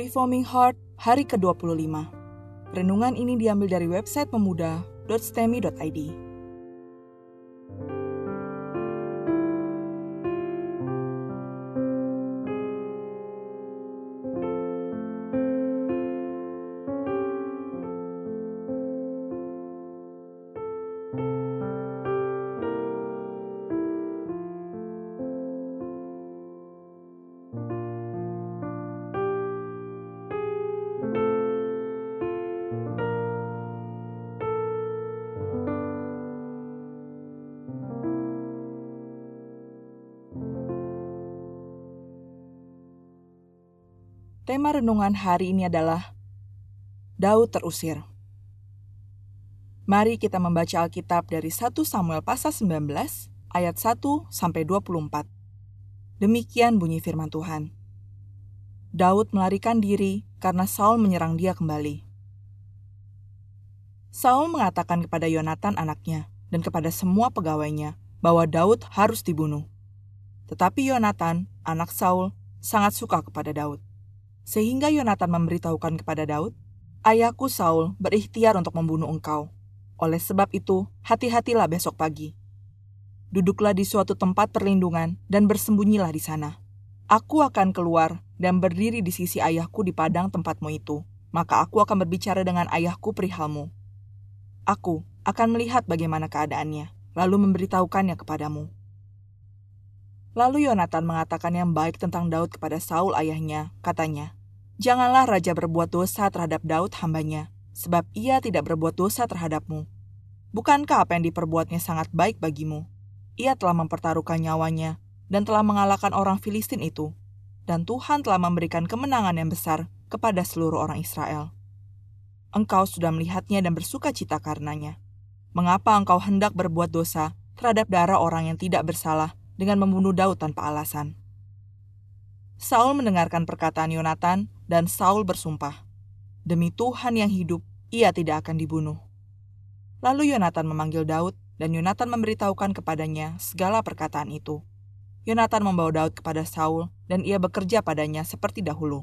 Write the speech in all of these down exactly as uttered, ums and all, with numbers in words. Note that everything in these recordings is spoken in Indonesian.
Reforming Heart, hari ke dua puluh lima. Renungan ini diambil dari website pemuda dot stemi dot i d. Tema renungan hari ini adalah Daud terusir. Mari kita membaca Alkitab dari satu Samuel pasal sembilan belas ayat satu sampai dua puluh empat. Demikian bunyi firman Tuhan. Daud melarikan diri karena Saul menyerang dia kembali. Saul mengatakan kepada Yonatan anaknya dan kepada semua pegawainya bahwa Daud harus dibunuh. Tetapi Yonatan, anak Saul, sangat suka kepada Daud. Sehingga Yonatan memberitahukan kepada Daud, "Ayahku Saul berikhtiar untuk membunuh engkau. Oleh sebab itu, hati-hatilah besok pagi. Duduklah di suatu tempat perlindungan dan bersembunyilah di sana. Aku akan keluar dan berdiri di sisi ayahku di padang tempatmu itu. Maka aku akan berbicara dengan ayahku perihalmu. Aku akan melihat bagaimana keadaannya, lalu memberitahukannya kepadamu." Lalu Yonatan mengatakan yang baik tentang Daud kepada Saul ayahnya, katanya, "Janganlah raja berbuat dosa terhadap Daud hambanya, sebab ia tidak berbuat dosa terhadapmu. Bukankah apa yang diperbuatnya sangat baik bagimu? Ia telah mempertaruhkan nyawanya dan telah mengalahkan orang Filistin itu, dan Tuhan telah memberikan kemenangan yang besar kepada seluruh orang Israel. Engkau sudah melihatnya dan bersuka cita karenanya. Mengapa engkau hendak berbuat dosa terhadap darah orang yang tidak bersalah dengan membunuh Daud tanpa alasan?" Saul mendengarkan perkataan Yonatan, dan Saul bersumpah, "Demi Tuhan yang hidup, ia tidak akan dibunuh." Lalu Yonatan memanggil Daud, dan Yonatan memberitahukan kepadanya segala perkataan itu. Yonatan membawa Daud kepada Saul, dan ia bekerja padanya seperti dahulu.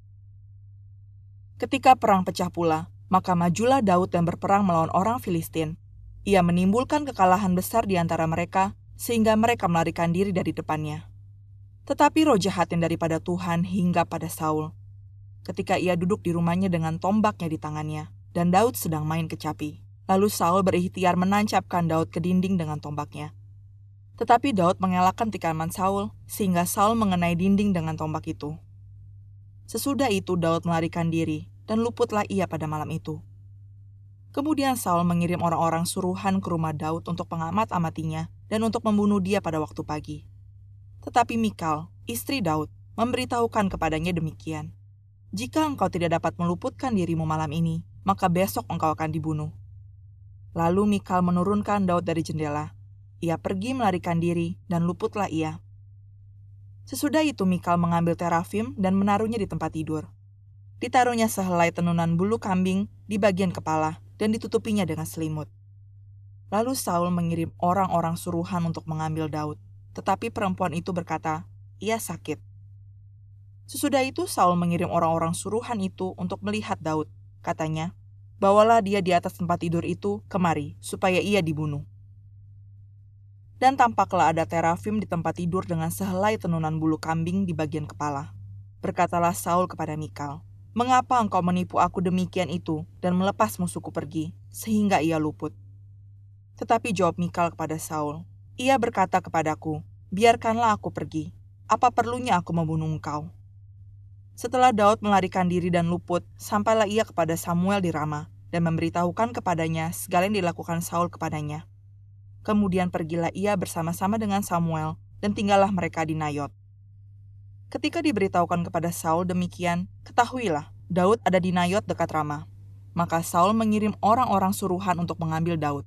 Ketika perang pecah pula, maka majulah Daud dan berperang melawan orang Filistin. Ia menimbulkan kekalahan besar di antara mereka, sehingga mereka melarikan diri dari depannya. Tetapi roh jahat yang daripada Tuhan hinggap pada Saul, ketika ia duduk di rumahnya dengan tombaknya di tangannya, dan Daud sedang main kecapi. Lalu Saul berikhtiar menancapkan Daud ke dinding dengan tombaknya. Tetapi Daud mengelakkan tikaman Saul, sehingga Saul mengenai dinding dengan tombak itu. Sesudah itu Daud melarikan diri, dan luputlah ia pada malam itu. Kemudian Saul mengirim orang-orang suruhan ke rumah Daud untuk mengamat-amatinya dan untuk membunuh dia pada waktu pagi. Tetapi Mikal, istri Daud, memberitahukan kepadanya demikian, "Jika engkau tidak dapat meluputkan dirimu malam ini, maka besok engkau akan dibunuh." Lalu Mikal menurunkan Daud dari jendela. Ia pergi melarikan diri dan luputlah ia. Sesudah itu Mikal mengambil terafim dan menaruhnya di tempat tidur. Ditaruhnya sehelai tenunan bulu kambing di bagian kepala dan ditutupinya dengan selimut. Lalu Saul mengirim orang-orang suruhan untuk mengambil Daud. Tetapi perempuan itu berkata, "Ia sakit." Sesudah itu Saul mengirim orang-orang suruhan itu untuk melihat Daud. Katanya, "Bawalah dia di atas tempat tidur itu kemari, supaya ia dibunuh." Dan tampaklah ada terafim di tempat tidur dengan sehelai tenunan bulu kambing di bagian kepala. Berkatalah Saul kepada Mikal, "Mengapa engkau menipu aku demikian itu dan melepas musuhku pergi, sehingga ia luput?" Tetapi jawab Mikal kepada Saul, "Ia berkata kepadaku, 'Biarkanlah aku pergi. Apa perlunya aku membunuh engkau?'" Setelah Daud melarikan diri dan luput, sampailah ia kepada Samuel di Rama dan memberitahukan kepadanya segala yang dilakukan Saul kepadanya. Kemudian pergilah ia bersama-sama dengan Samuel dan tinggallah mereka di Nayot. Ketika diberitahukan kepada Saul demikian, ketahuilah Daud ada di Nayot dekat Rama. Maka Saul mengirim orang-orang suruhan untuk mengambil Daud.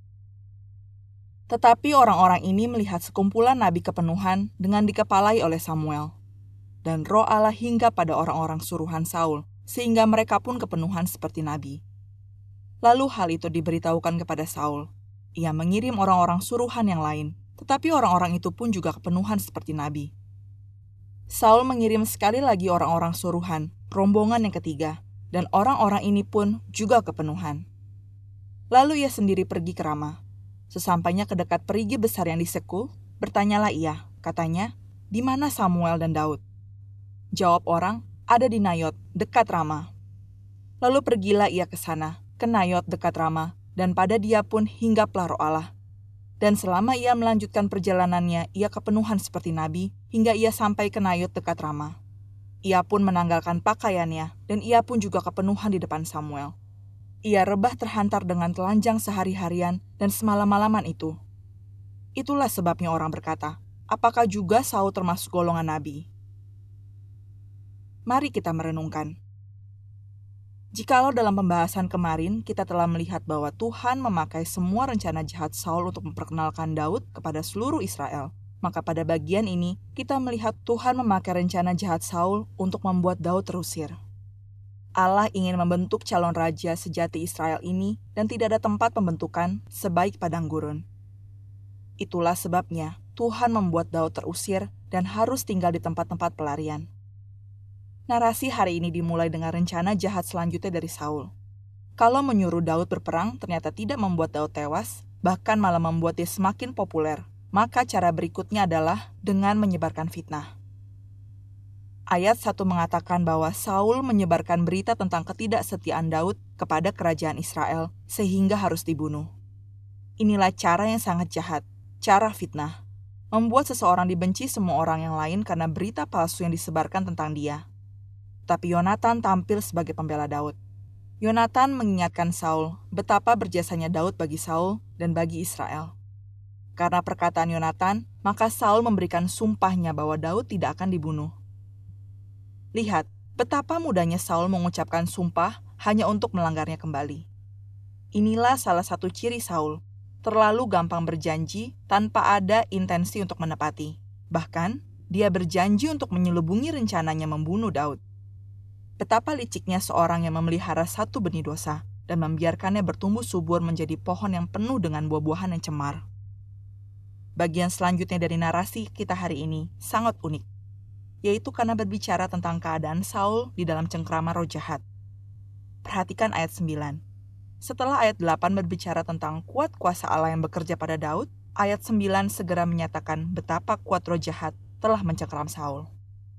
Tetapi orang-orang ini melihat sekumpulan nabi kepenuhan dengan dikepalai oleh Samuel. Dan roh Allah hinggap pada orang-orang suruhan Saul, sehingga mereka pun kepenuhan seperti nabi. Lalu hal itu diberitahukan kepada Saul. Ia mengirim orang-orang suruhan yang lain, tetapi orang-orang itu pun juga kepenuhan seperti nabi. Saul mengirim sekali lagi orang-orang suruhan, rombongan yang ketiga, dan orang-orang ini pun juga kepenuhan. Lalu ia sendiri pergi ke Rama. Sesampainya ke dekat perigi besar yang disekul, bertanyalah ia, katanya, "Di mana Samuel dan Daud?" Jawab orang, "Ada di Nayot, dekat Rama." Lalu pergilah ia ke sana, ke Nayot dekat Rama, dan pada dia pun hinggaplah Roh Allah. Dan selama ia melanjutkan perjalanannya, ia kepenuhan seperti nabi, hingga ia sampai ke Nayot dekat Rama. Ia pun menanggalkan pakaiannya, dan ia pun juga kepenuhan di depan Samuel. Ia rebah terhantar dengan telanjang sehari-harian dan semalam-malaman itu. Itulah sebabnya orang berkata, apakah juga Saul termasuk golongan nabi? Mari kita merenungkan. Jikalau dalam pembahasan kemarin kita telah melihat bahwa Tuhan memakai semua rencana jahat Saul untuk memperkenalkan Daud kepada seluruh Israel, maka pada bagian ini kita melihat Tuhan memakai rencana jahat Saul untuk membuat Daud terusir. Allah ingin membentuk calon raja sejati Israel ini dan tidak ada tempat pembentukan sebaik padang gurun. Itulah sebabnya Tuhan membuat Daud terusir dan harus tinggal di tempat-tempat pelarian. Narasi hari ini dimulai dengan rencana jahat selanjutnya dari Saul. Kalau menyuruh Daud berperang ternyata tidak membuat Daud tewas, bahkan malah membuat dia semakin populer, maka cara berikutnya adalah dengan menyebarkan fitnah. Ayat satu mengatakan bahwa Saul menyebarkan berita tentang ketidaksetiaan Daud kepada kerajaan Israel sehingga harus dibunuh. Inilah cara yang sangat jahat, cara fitnah. Membuat seseorang dibenci semua orang yang lain karena berita palsu yang disebarkan tentang dia. Tapi Yonatan tampil sebagai pembela Daud. Yonatan mengingatkan Saul betapa berjasanya Daud bagi Saul dan bagi Israel. Karena perkataan Yonatan, maka Saul memberikan sumpahnya bahwa Daud tidak akan dibunuh. Lihat, betapa mudahnya Saul mengucapkan sumpah hanya untuk melanggarnya kembali. Inilah salah satu ciri Saul, terlalu gampang berjanji tanpa ada intensi untuk menepati. Bahkan, dia berjanji untuk menyelubungi rencananya membunuh Daud. Betapa liciknya seorang yang memelihara satu benih dosa dan membiarkannya bertumbuh subur menjadi pohon yang penuh dengan buah-buahan yang cemar. Bagian selanjutnya dari narasi kita hari ini sangat unik, yaitu karena berbicara tentang keadaan Saul di dalam cengkrama roh jahat. Perhatikan ayat sembilan. Setelah ayat delapan berbicara tentang kuat kuasa Allah yang bekerja pada Daud, ayat sembilan segera menyatakan betapa kuat roh jahat telah mencengkram Saul.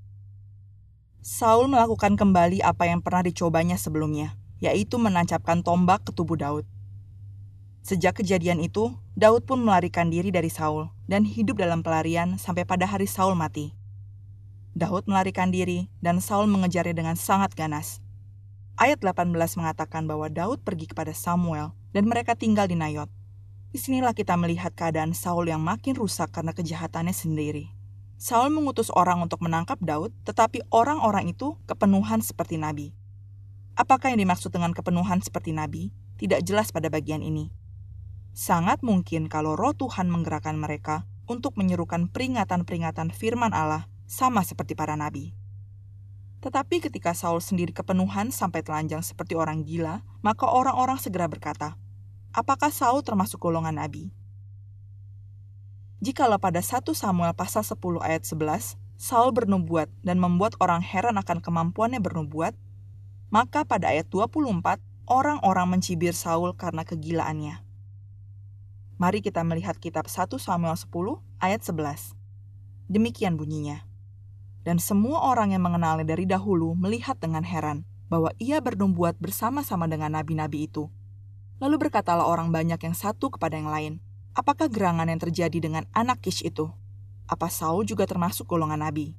Saul melakukan kembali apa yang pernah dicobanya sebelumnya, yaitu menancapkan tombak ke tubuh Daud. Sejak kejadian itu, Daud pun melarikan diri dari Saul dan hidup dalam pelarian sampai pada hari Saul mati. Daud melarikan diri dan Saul mengejarnya dengan sangat ganas. Ayat delapan belas mengatakan bahwa Daud pergi kepada Samuel dan mereka tinggal di Nayot. Disinilah kita melihat keadaan Saul yang makin rusak karena kejahatannya sendiri. Saul mengutus orang untuk menangkap Daud, tetapi orang-orang itu kepenuhan seperti nabi. Apakah yang dimaksud dengan kepenuhan seperti nabi? Tidak jelas pada bagian ini. Sangat mungkin kalau roh Tuhan menggerakkan mereka untuk menyerukan peringatan-peringatan firman Allah sama seperti para nabi. Tetapi ketika Saul sendiri kepenuhan sampai telanjang seperti orang gila, maka orang-orang segera berkata, apakah Saul termasuk golongan nabi? Jikalau pada satu Samuel pasal sepuluh ayat sebelas, Saul bernubuat dan membuat orang heran akan kemampuannya bernubuat, maka pada ayat dua puluh empat, orang-orang mencibir Saul karena kegilaannya. Mari kita melihat kitab satu Samuel sepuluh ayat sebelas. Demikian bunyinya. Dan semua orang yang mengenalnya dari dahulu melihat dengan heran bahwa ia bernubuat bersama-sama dengan nabi-nabi itu. Lalu berkatalah orang banyak yang satu kepada yang lain, apakah gerangan yang terjadi dengan anak Kish itu? Apa Saul juga termasuk golongan nabi?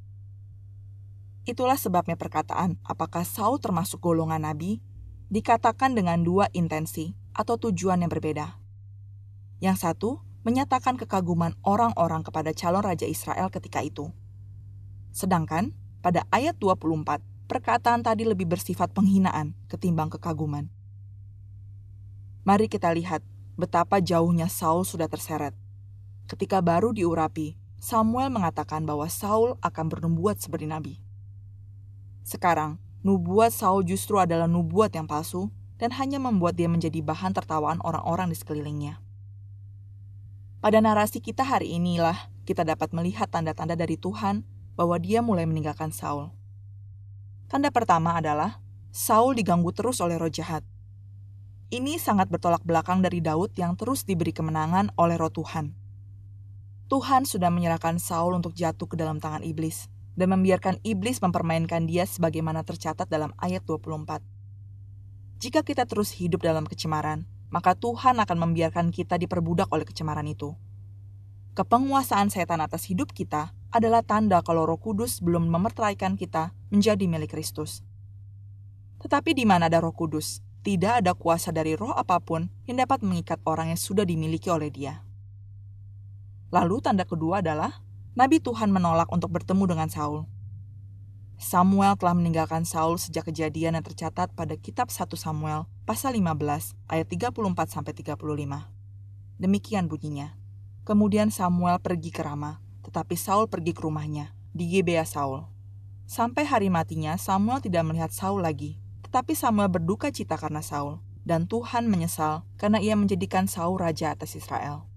Itulah sebabnya perkataan, apakah Saul termasuk golongan nabi, dikatakan dengan dua intensi atau tujuan yang berbeda. Yang satu, menyatakan kekaguman orang-orang kepada calon raja Israel ketika itu. Sedangkan, pada ayat dua puluh empat, perkataan tadi lebih bersifat penghinaan ketimbang kekaguman. Mari kita lihat betapa jauhnya Saul sudah terseret. Ketika baru diurapi, Samuel mengatakan bahwa Saul akan bernubuat seperti nabi. Sekarang, nubuat Saul justru adalah nubuat yang palsu dan hanya membuat dia menjadi bahan tertawaan orang-orang di sekelilingnya. Pada narasi kita hari inilah kita dapat melihat tanda-tanda dari Tuhan bahwa dia mulai meninggalkan Saul. Tanda pertama adalah Saul diganggu terus oleh roh jahat. Ini sangat bertolak belakang dari Daud yang terus diberi kemenangan oleh roh Tuhan. Tuhan sudah menyerahkan Saul untuk jatuh ke dalam tangan iblis dan membiarkan iblis mempermainkan dia sebagaimana tercatat dalam ayat dua puluh empat. Jika kita terus hidup dalam kecemaran, maka Tuhan akan membiarkan kita diperbudak oleh kecemaran itu. Kepenguasaan setan atas hidup kita adalah tanda kalau Roh Kudus belum memertelaikan kita menjadi milik Kristus. Tetapi di mana ada Roh Kudus, tidak ada kuasa dari roh apapun yang dapat mengikat orang yang sudah dimiliki oleh Dia. Lalu tanda kedua adalah Nabi Tuhan menolak untuk bertemu dengan Saul. Samuel telah meninggalkan Saul sejak kejadian yang tercatat pada kitab satu Samuel pasal lima belas ayat tiga puluh empat sampai tiga puluh lima. Demikian bunyinya. Kemudian Samuel pergi ke Rama, tetapi Saul pergi ke rumahnya di Gibea Saul. Sampai hari matinya Samuel tidak melihat Saul lagi, tetapi Samuel berduka cita karena Saul, dan Tuhan menyesal karena ia menjadikan Saul raja atas Israel.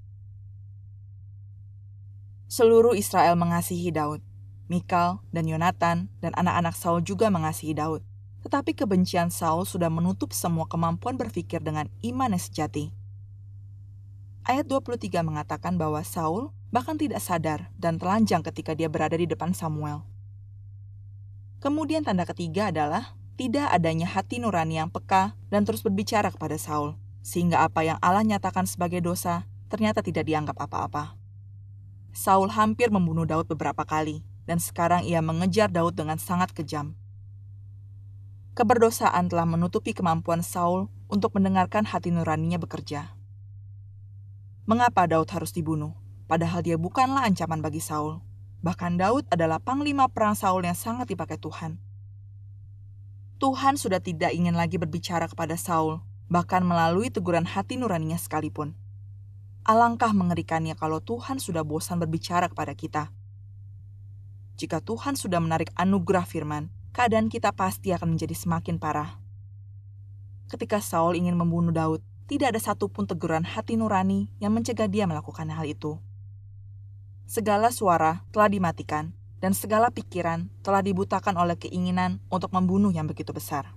Seluruh Israel mengasihi Daud. Mikal dan Yonatan dan anak-anak Saul juga mengasihi Daud. Tetapi kebencian Saul sudah menutup semua kemampuan berpikir dengan iman yang sejati. Ayat dua puluh tiga mengatakan bahwa Saul bahkan tidak sadar dan telanjang ketika dia berada di depan Samuel. Kemudian tanda ketiga adalah tidak adanya hati nurani yang peka dan terus berbicara kepada Saul, sehingga apa yang Allah nyatakan sebagai dosa ternyata tidak dianggap apa-apa. Saul hampir membunuh Daud beberapa kali, dan sekarang ia mengejar Daud dengan sangat kejam. Keberdosaan telah menutupi kemampuan Saul untuk mendengarkan hati nuraninya bekerja. Mengapa Daud harus dibunuh? Padahal dia bukanlah ancaman bagi Saul. Bahkan Daud adalah panglima perang Saul yang sangat dipakai Tuhan. Tuhan sudah tidak ingin lagi berbicara kepada Saul, bahkan melalui teguran hati nuraninya sekalipun. Alangkah mengerikannya kalau Tuhan sudah bosan berbicara kepada kita. Jika Tuhan sudah menarik anugerah firman, keadaan kita pasti akan menjadi semakin parah. Ketika Saul ingin membunuh Daud, tidak ada satupun teguran hati nurani yang mencegah dia melakukan hal itu. Segala suara telah dimatikan, dan segala pikiran telah dibutakan oleh keinginan untuk membunuh yang begitu besar.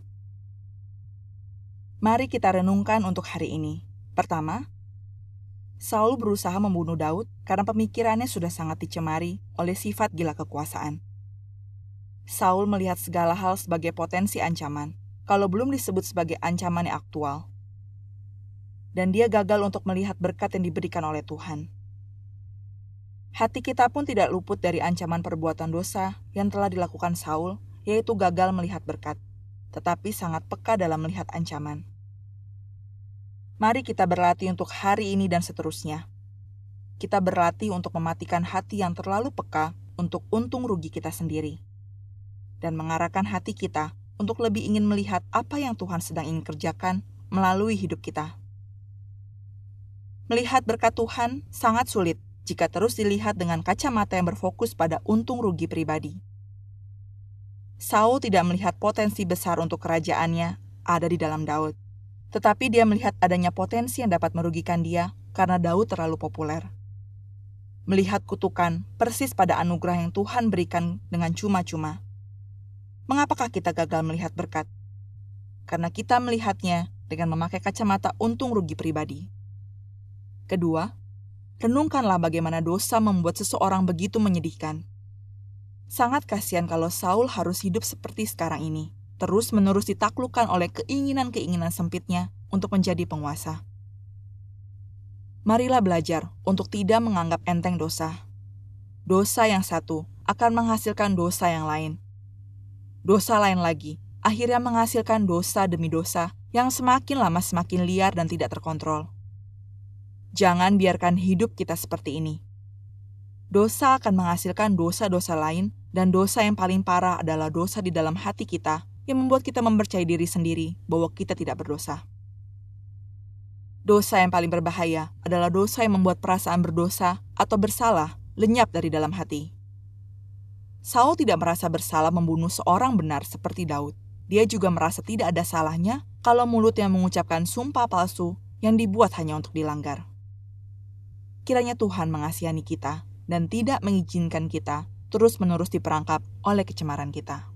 Mari kita renungkan untuk hari ini. Pertama, Saul berusaha membunuh Daud karena pemikirannya sudah sangat dicemari oleh sifat gila kekuasaan. Saul melihat segala hal sebagai potensi ancaman, kalau belum disebut sebagai ancaman yang aktual. Dan dia gagal untuk melihat berkat yang diberikan oleh Tuhan. Hati kita pun tidak luput dari ancaman perbuatan dosa yang telah dilakukan Saul, yaitu gagal melihat berkat, tetapi sangat peka dalam melihat ancaman. Mari kita berlatih untuk hari ini dan seterusnya. Kita berlatih untuk mematikan hati yang terlalu peka untuk untung rugi kita sendiri. Dan mengarahkan hati kita untuk lebih ingin melihat apa yang Tuhan sedang ingin kerjakan melalui hidup kita. Melihat berkat Tuhan sangat sulit jika terus dilihat dengan kacamata yang berfokus pada untung rugi pribadi. Saul tidak melihat potensi besar untuk kerajaannya ada di dalam Daud. Tetapi dia melihat adanya potensi yang dapat merugikan dia karena Daud terlalu populer. Melihat kutukan persis pada anugerah yang Tuhan berikan dengan cuma-cuma. Mengapakah kita gagal melihat berkat? Karena kita melihatnya dengan memakai kacamata untung rugi pribadi. Kedua, renungkanlah bagaimana dosa membuat seseorang begitu menyedihkan. Sangat kasihan kalau Saul harus hidup seperti sekarang ini. Terus-menerus ditaklukkan oleh keinginan-keinginan sempitnya untuk menjadi penguasa. Marilah belajar untuk tidak menganggap enteng dosa. Dosa yang satu akan menghasilkan dosa yang lain. Dosa lain lagi akhirnya menghasilkan dosa demi dosa yang semakin lama semakin liar dan tidak terkontrol. Jangan biarkan hidup kita seperti ini. Dosa akan menghasilkan dosa-dosa lain, dan dosa yang paling parah adalah dosa di dalam hati kita yang membuat kita mempercayai diri sendiri bahwa kita tidak berdosa. Dosa yang paling berbahaya adalah dosa yang membuat perasaan berdosa atau bersalah lenyap dari dalam hati. Saul tidak merasa bersalah membunuh seorang benar seperti Daud. Dia juga merasa tidak ada salahnya kalau mulutnya mengucapkan sumpah palsu yang dibuat hanya untuk dilanggar. Kiranya Tuhan mengasihani kita dan tidak mengizinkan kita terus-menerus diperangkap oleh kecemaran kita.